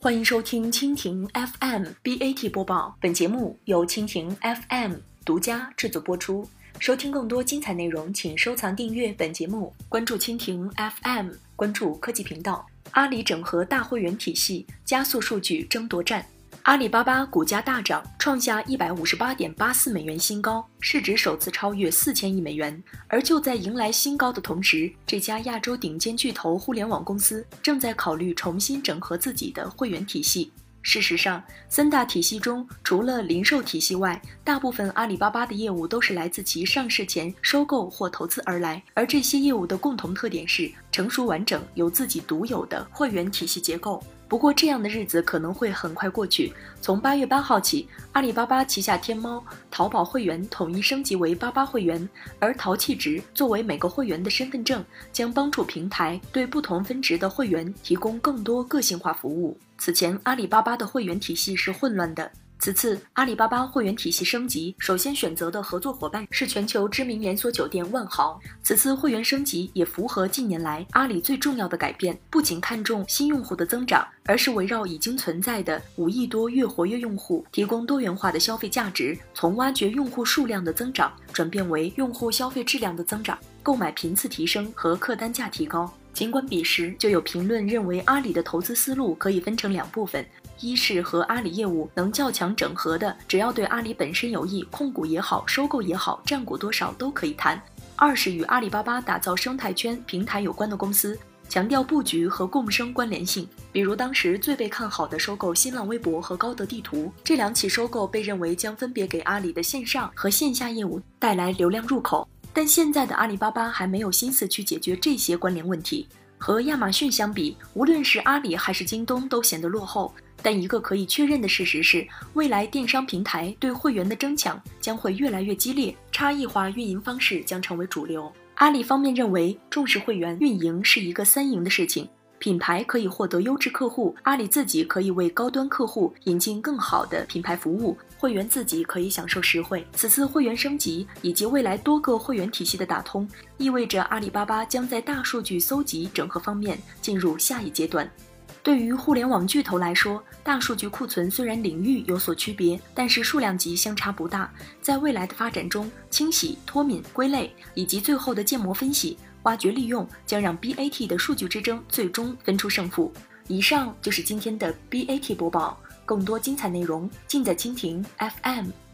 欢迎收听蜻蜓 FM BAT 播报，本节目由蜻蜓 FM 独家制作播出。收听更多精彩内容，请收藏订阅本节目，关注蜻蜓 FM， 关注科技频道。阿里整合大会员体系，加速数据争夺战。阿里巴巴股价大涨，创下158.84美元新高，市值首次超越4000亿美元。而就在迎来新高的同时，这家亚洲顶尖巨头互联网公司正在考虑重新整合自己的会员体系。事实上，三大体系中，除了零售体系外，大部分阿里巴巴的业务都是来自其上市前收购或投资而来，而这些业务的共同特点是成熟完整、有自己独有的会员体系结构。不过，这样的日子可能会很快过去。从8月8号起，阿里巴巴旗下天猫、淘宝会员统一升级为88会员，而淘气值作为每个会员的身份证，将帮助平台对不同分值的会员提供更多个性化服务。此前，阿里巴巴的会员体系是混乱的。此次阿里巴巴会员体系升级，首先选择的合作伙伴是全球知名连锁酒店万豪。此次会员升级也符合近年来阿里最重要的改变，不仅看重新用户的增长，而是围绕已经存在的5亿多月活跃用户，提供多元化的消费价值，从挖掘用户数量的增长，转变为用户消费质量的增长，购买频次提升和客单价提高。尽管彼时就有评论认为阿里的投资思路可以分成2部分，一是和阿里业务能较强整合的，只要对阿里本身有益，控股也好，收购也好，占股多少都可以谈；二是与阿里巴巴打造生态圈平台有关的公司，强调布局和共生关联性。比如当时最被看好的收购新浪微博和高德地图，这2起收购被认为将分别给阿里的线上和线下业务带来流量入口。但现在的阿里巴巴还没有心思去解决这些关联问题。和亚马逊相比，无论是阿里还是京东都显得落后。但一个可以确认的事实是，未来电商平台对会员的争抢将会越来越激烈，差异化运营方式将成为主流。阿里方面认为，重视会员运营是一个3赢的事情。品牌可以获得优质客户，阿里自己可以为高端客户引进更好的品牌服务，会员自己可以享受实惠。此次会员升级以及未来多个会员体系的打通，意味着阿里巴巴将在大数据搜集整合方面进入下一阶段。对于互联网巨头来说，大数据库存虽然领域有所区别，但是数量级相差不大。在未来的发展中，清洗、脱敏、归类以及最后的建模分析、挖掘利用，将让 BAT 的数据之争最终分出胜负。以上就是今天的 BAT 播报，更多精彩内容尽在蜻蜓 FM。